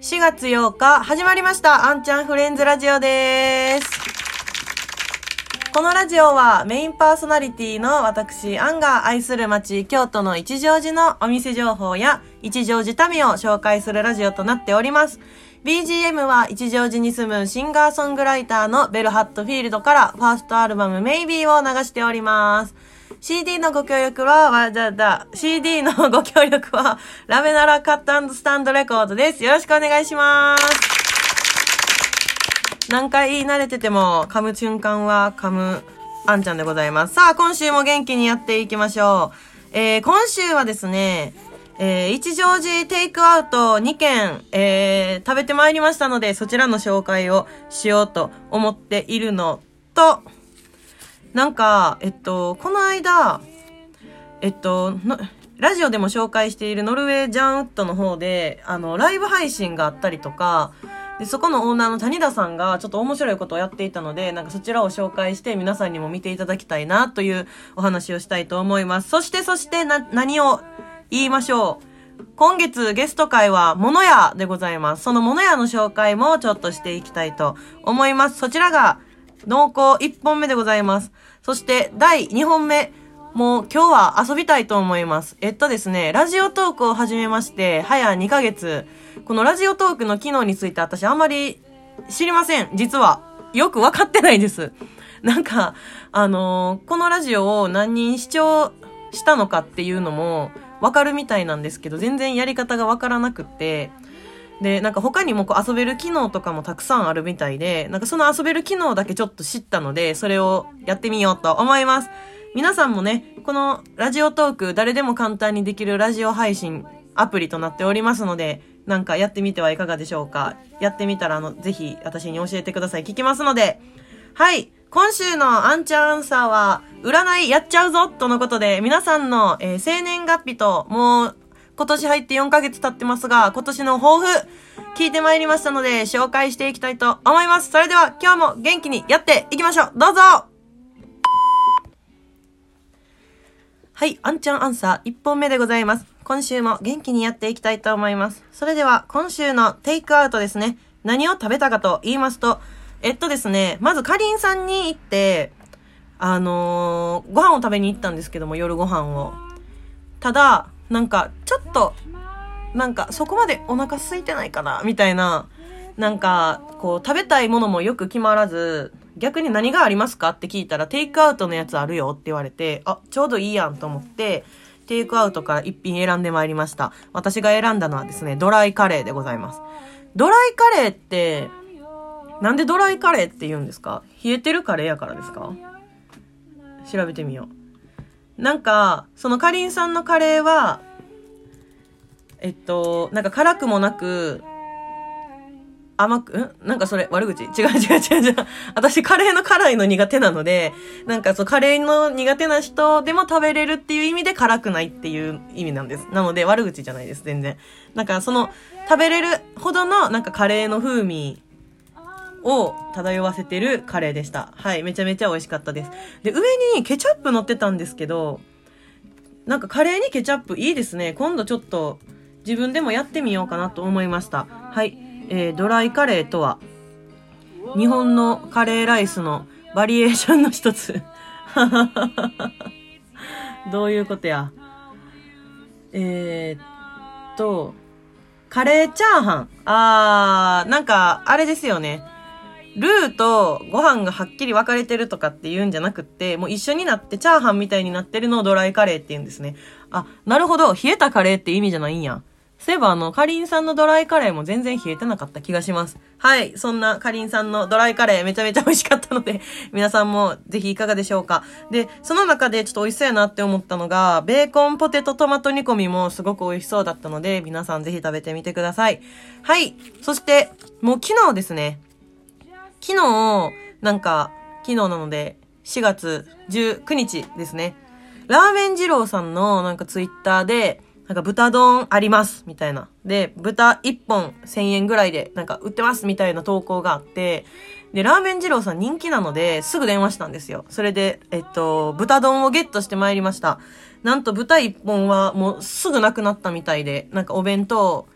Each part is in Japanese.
4月8日始まりましたあんちゃんフレンズラジオです。このラジオはメインパーソナリティの私アンが愛する街京都の一乗寺のお店情報や一乗寺民を紹介するラジオとなっております。 BGM は一乗寺に住むシンガーソングライターのベルハットフィールドからファーストアルバムメイビーを流しております。CD のご協力はCD のご協力はラベナラカット&スタンドレコードです。よろしくお願いします。何回言い慣れてても噛む瞬間は噛むあんちゃんでございます。さあ今週も元気にやっていきましょう。今週はですね、一乗寺テイクアウト2軒、食べてまいりましたので、そちらの紹介をしようと思っているのと、なんか、この間、ラジオでも紹介しているノルウェージャンウッドの方で、ライブ配信があったりとか、で、そこのオーナーの谷田さんがちょっと面白いことをやっていたので、なんかそちらを紹介して皆さんにも見ていただきたいなというお話をしたいと思います。そして何を言いましょう。今月ゲスト会はモノヤでございます。そのモノヤの紹介もちょっとしていきたいと思います。そちらが濃厚1本目でございます。そして第2本目。もう今日は遊びたいと思います。ですね、ラジオトークを始めまして、早2ヶ月。このラジオトークの機能について私あんまり知りません。実は。よくわかってないです。なんか、このラジオを何人視聴したのかっていうのもわかるみたいなんですけど、全然やり方がわからなくって、で、なんか他にもこう遊べる機能とかもたくさんあるみたいで、なんかその遊べる機能だけちょっと知ったので、それをやってみようと思います。皆さんもね、このラジオトーク、誰でも簡単にできるラジオ配信アプリとなっておりますので、なんかやってみてはいかがでしょうか。やってみたらぜひ私に教えてください。聞きますので。はい。今週のアンチャーアンサーは、占いやっちゃうぞとのことで、皆さんの、生年月日と、もう、今年入って4ヶ月経ってますが、今年の抱負、聞いてまいりましたので、紹介していきたいと思います。それでは、今日も元気にやっていきましょう。どうぞ。はい、アンチャンアンサー1本目でございます。今週も元気にやっていきたいと思います。それでは、今週のテイクアウトですね。何を食べたかと言いますと、ですね、まずかりんさんに行って、ご飯を食べに行ったんですけども、夜ご飯を。ただ、なんか、ちょっと、なんか、そこまでお腹空いてないかな、みたいな、なんか、こう、食べたいものもよく決まらず、逆に何がありますかって聞いたら、テイクアウトのやつあるよって言われて、あ、ちょうどいいやんと思って、テイクアウトから一品選んでまいりました。私が選んだのはですね、ドライカレーでございます。ドライカレーって、なんでドライカレーって言うんですか？冷えてるカレーやからですか？調べてみよう。なんか、そのかりんさんのカレーは、なんか辛くもなく、甘く、なんかそれ悪口違う。私カレーの辛いの苦手なので、なんかカレーの苦手な人でも食べれるっていう意味で辛くないっていう意味なんです。なので悪口じゃないです、全然。なんか食べれるほどのなんかカレーの風味を漂わせてるカレーでした。はい、めちゃめちゃ美味しかったです。で、上にケチャップ乗ってたんですけど、なんかカレーにケチャップいいですね。今度ちょっと自分でもやってみようかなと思いました。はい。ドライカレーとは、日本のカレーライスのバリエーションの一つ。どういうことや。カレーチャーハン。なんか、あれですよね。ルーとご飯がはっきり分かれてるとかって言うんじゃなくって、もう一緒になってチャーハンみたいになってるのをドライカレーって言うんですね。あ、なるほど。冷えたカレーって意味じゃないんや。そういえばかりんさんのドライカレーも全然冷えてなかった気がします。はい。そんなかりんさんのドライカレーめちゃめちゃ美味しかったので、皆さんもぜひいかがでしょうか。で、その中でちょっと美味しそうやなって思ったのが、ベーコンポテトトマト煮込みもすごく美味しそうだったので、皆さんぜひ食べてみてください。はい。そして、もう昨日ですね。昨日なので、4月19日ですね。ラーメン二郎さんのなんかツイッターで、なんか豚丼ありますみたいな。で、豚1本1000円ぐらいでなんか売ってますみたいな投稿があって、で、ラーメン二郎さん人気なのですぐ電話したんですよ。それで、豚丼をゲットしてまいりました。なんと豚1本はもうすぐなくなったみたいで、なんかお弁当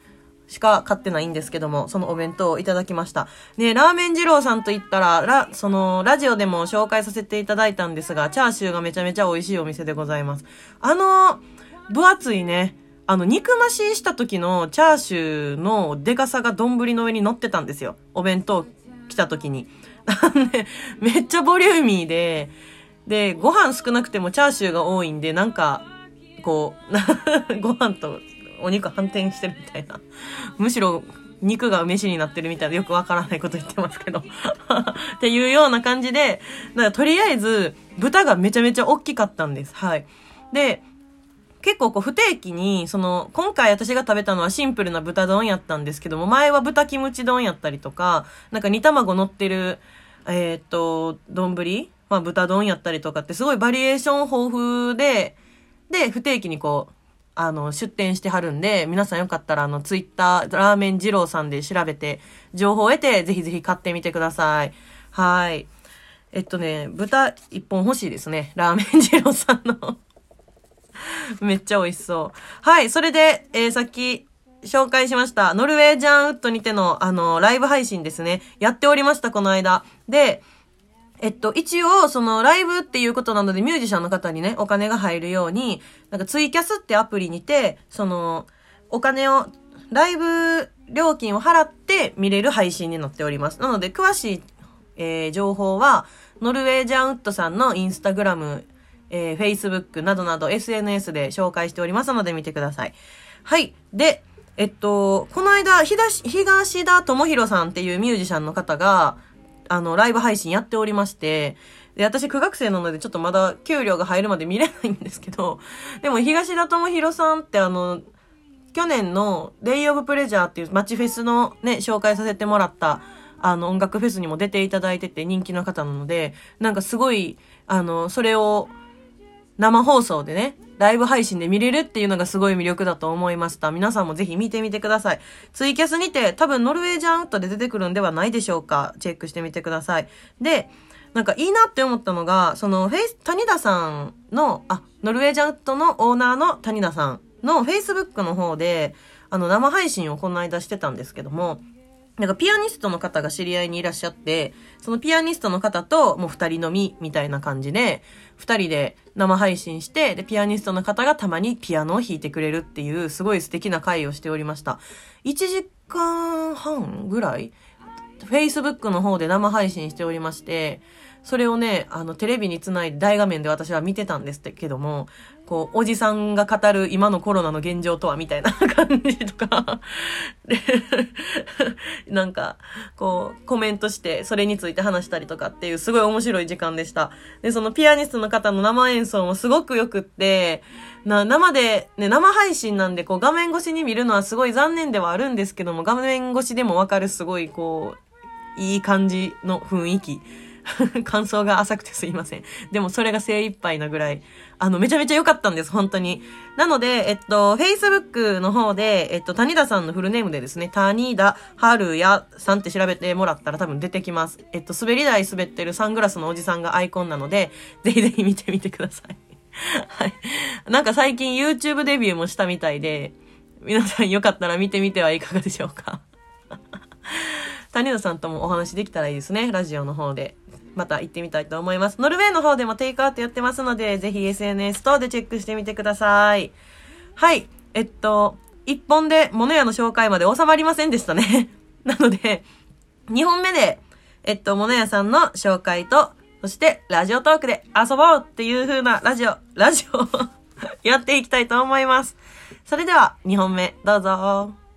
しか買ってないんですけども、そのお弁当をいただきました。ね、ラーメン二郎さんと言ったら、ラジオでも紹介させていただいたんですが、チャーシューがめちゃめちゃ美味しいお店でございます。分厚いね、肉増しした時のチャーシューのデカさが丼の上に乗ってたんですよ。お弁当来た時に。ね、めっちゃボリューミーで、ご飯少なくてもチャーシューが多いんで、なんか、こう、ご飯とお肉反転してるみたいな。むしろ肉が飯になってるみたいな、よくわからないこと言ってますけど。っていうような感じで、とりあえず豚がめちゃめちゃ大きかったんです。はい。で、結構不定期に、今回私が食べたのはシンプルな豚丼やったんですけども、前は豚キムチ丼やったりとか、なんか煮卵乗ってる、丼、豚丼やったりとかってすごいバリエーション豊富で、不定期に出店してはるんで、皆さんよかったらツイッター、ラーメン二郎さんで調べて、情報を得て、ぜひぜひ買ってみてください。はい。豚一本欲しいですね。ラーメン二郎さんの。めっちゃ美味しそう。はい。それで、さっき紹介しました、ノルウェージャンウッドにての、ライブ配信ですね。やっておりました、この間。で、一応、ライブっていうことなので、ミュージシャンの方にね、お金が入るように、なんかツイキャスってアプリにて、お金を、ライブ料金を払って見れる配信になっております。なので、詳しい、情報は、ノルウェージャンウッドさんのインスタグラム、Facebook などなど SNS で紹介しておりますので見てください。はい。で、この間、東田智弘さんっていうミュージシャンの方が、ライブ配信やっておりまして、で、私苦学生なのでちょっとまだ給料が入るまで見れないんですけど、でも東田智弘さんって去年の Day of Pleasure っていうマッチフェスのね、紹介させてもらった音楽フェスにも出ていただいてて人気の方なので、なんかすごい、それを生放送でね、ライブ配信で見れるっていうのがすごい魅力だと思いました。皆さんもぜひ見てみてください。ツイキャスにて多分ノルウェージャンウッドで出てくるんではないでしょうか。チェックしてみてください。で、なんかいいなって思ったのが、谷田さんの、ノルウェージャンウッドのオーナーの谷田さんの Facebook の方で、生配信をこの間してたんですけども、なんかピアニストの方が知り合いにいらっしゃって、そのピアニストの方ともう二人飲みみたいな感じで、二人で生配信して、で、ピアニストの方がたまにピアノを弾いてくれるっていう、すごい素敵な会をしておりました。1時間半ぐらい Facebook の方で生配信しておりまして、それをね、テレビにつないで大画面で私は見てたんですけども、おじさんが語る今のコロナの現状とはみたいな感じとかで、なんか、コメントして、それについて話したりとかっていうすごい面白い時間でした。で、そのピアニストの方の生演奏もすごく良くって、生で、ね、生配信なんで、画面越しに見るのはすごい残念ではあるんですけども、画面越しでもわかるすごい、いい感じの雰囲気。感想が浅くてすいません。でもそれが精一杯なぐらい、めちゃめちゃ良かったんです、本当に。なので、Facebook の方で、谷田さんのフルネームでですね、谷田春也さんって調べてもらったら多分出てきます。滑り台滑ってるサングラスのおじさんがアイコンなので、ぜひぜひ見てみてください。はい。なんか最近 YouTube デビューもしたみたいで、皆さんよかったら見てみてはいかがでしょうか。谷田さんともお話できたらいいですね、ラジオの方で。また行ってみたいと思います。ノルウェーの方でもテイクアウトやってますので、ぜひ SNS 等でチェックしてみてください。はい。一本で物屋の紹介まで収まりませんでしたね。なので、2本目で、物屋さんの紹介と、そしてラジオトークで遊ぼうっていう風なラジオやっていきたいと思います。それでは2本目どうぞ。